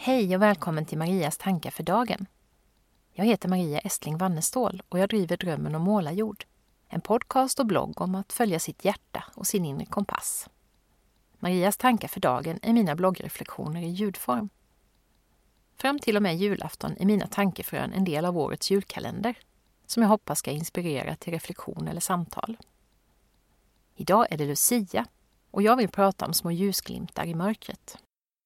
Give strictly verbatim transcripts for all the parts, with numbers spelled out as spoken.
Hej och välkommen till Marias tankar för dagen. Jag heter Maria Estling Wannestål och jag driver Drömmen om målarjord. En podcast och blogg om att följa sitt hjärta och sin inre kompass. Marias tankar för dagen är mina bloggreflektioner i ljudform. Fram till och med julafton är mina tankefrön en del av årets julkalender som jag hoppas ska inspirera till reflektion eller samtal. Idag är det Lucia och jag vill prata om små ljusglimtar i mörkret.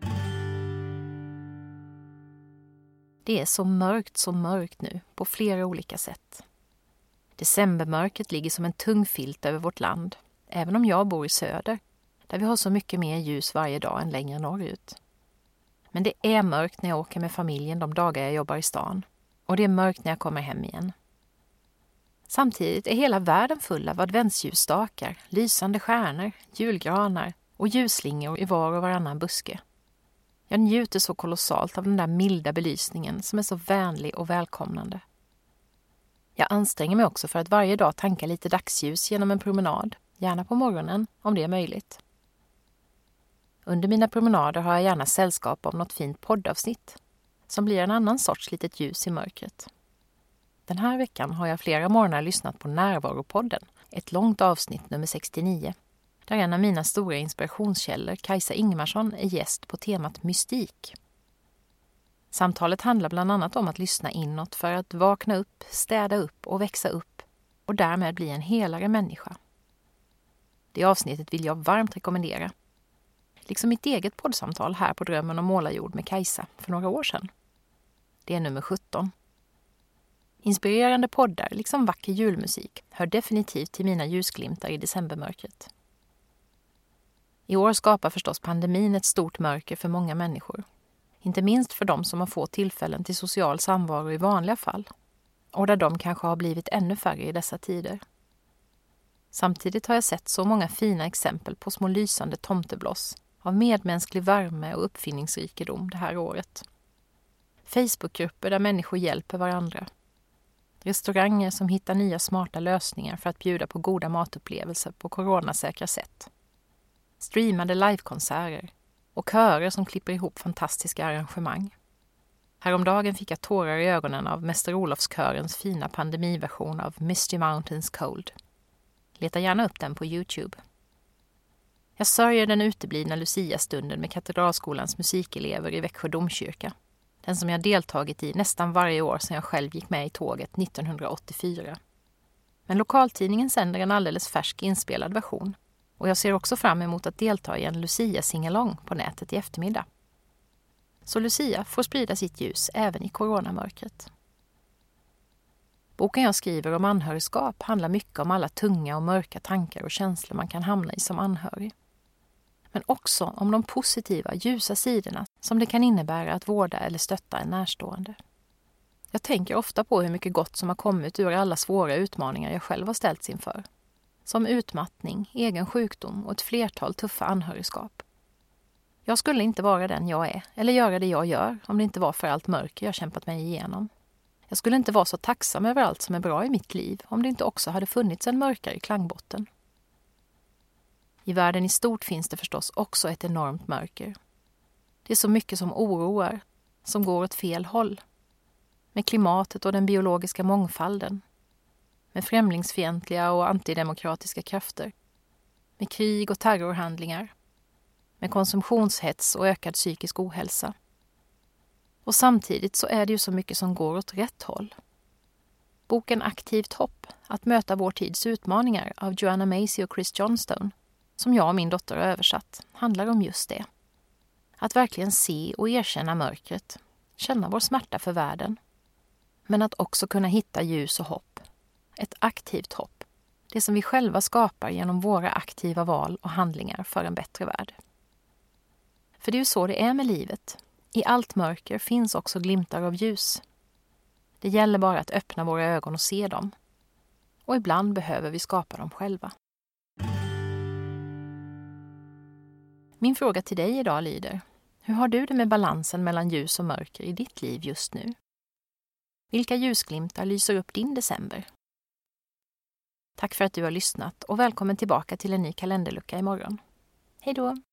Det är så mörkt, så mörkt nu på flera olika sätt. Decembermörkret ligger som en tung filt över vårt land, även om jag bor i söder, där vi har så mycket mer ljus varje dag än längre norrut. Men det är mörkt när jag åker med familjen de dagar jag jobbar i stan, och det är mörkt när jag kommer hem igen. Samtidigt är hela världen full av adventsljusstakar, lysande stjärnor, julgranar och ljusslingor i var och varannan buske. Jag njuter så kolossalt av den där milda belysningen som är så vänlig och välkomnande. Jag anstränger mig också för att varje dag tanka lite dagsljus genom en promenad, gärna på morgonen om det är möjligt. Under mina promenader har jag gärna sällskap av något fint poddavsnitt som blir en annan sorts litet ljus i mörkret. Den här veckan har jag flera morgnar lyssnat på Närvaropodden, ett långt avsnitt nummer sextionio. Där en av mina stora inspirationskällor, Kajsa Ingemarsson, är gäst på temat mystik. Samtalet handlar bland annat om att lyssna inåt för att vakna upp, städa upp och växa upp och därmed bli en helare människa. Det avsnittet vill jag varmt rekommendera. Liksom mitt eget poddsamtal här på Drömmen om målarjord med Kajsa för några år sedan. Det är nummer sjutton. Inspirerande poddar, liksom vacker julmusik, hör definitivt till mina ljusglimtar i decembermörkret. I år skapar förstås pandemin ett stort mörker för många människor. Inte minst för de som har få tillfällen till social samvaro i vanliga fall. Och där de kanske har blivit ännu färre i dessa tider. Samtidigt har jag sett så många fina exempel på små lysande tomtebloss av medmänsklig värme och uppfinningsrikedom det här året. Facebookgrupper där människor hjälper varandra. Restauranger som hittar nya smarta lösningar för att bjuda på goda matupplevelser på coronasäkra sätt. Streamade livekonserter och körer som klipper ihop fantastiska arrangemang. Häromdagen fick jag tårar i ögonen av Mäster Olofskörens fina pandemiversion av Misty Mountains Cold. Leta gärna upp den på YouTube. Jag sörjer den uteblivna Lucia-stunden med Katedralskolans musikelever i Växjö domkyrka. Den som jag deltagit i nästan varje år sedan jag själv gick med i tåget nittonhundraåttiofyra. Men lokaltidningen sänder en alldeles färsk inspelad version. Och jag ser också fram emot att delta i en Lucia-singalong på nätet i eftermiddag. Så Lucia får sprida sitt ljus även i coronamörkret. Boken jag skriver om anhörigskap handlar mycket om alla tunga och mörka tankar och känslor man kan hamna i som anhörig. Men också om de positiva, ljusa sidorna som det kan innebära att vårda eller stötta en närstående. Jag tänker ofta på hur mycket gott som har kommit ur alla svåra utmaningar jag själv har ställts inför. Som utmattning, egen sjukdom och ett flertal tuffa anhörigskap. Jag skulle inte vara den jag är eller göra det jag gör om det inte var för allt mörker jag kämpat mig igenom. Jag skulle inte vara så tacksam över allt som är bra i mitt liv om det inte också hade funnits en mörkare klangbotten. I världen i stort finns det förstås också ett enormt mörker. Det är så mycket som oroar, som går åt fel håll. Med klimatet och den biologiska mångfalden. Med främlingsfientliga och antidemokratiska krafter. Med krig och terrorhandlingar. Med konsumtionshets och ökad psykisk ohälsa. Och samtidigt så är det ju så mycket som går åt rätt håll. Boken Aktivt hopp, att möta vår tids utmaningar av Joanna Macy och Chris Johnstone, som jag och min dotter har översatt, handlar om just det. Att verkligen se och erkänna mörkret, känna vår smärta för världen. Men att också kunna hitta ljus och hopp. Ett aktivt hopp. Det som vi själva skapar genom våra aktiva val och handlingar för en bättre värld. För det är ju så det är med livet. I allt mörker finns också glimtar av ljus. Det gäller bara att öppna våra ögon och se dem. Och ibland behöver vi skapa dem själva. Min fråga till dig idag lyder: hur har du det med balansen mellan ljus och mörker i ditt liv just nu? Vilka ljusglimtar lyser upp din december? Tack för att du har lyssnat och välkommen tillbaka till en ny kalenderlucka imorgon. Hej då!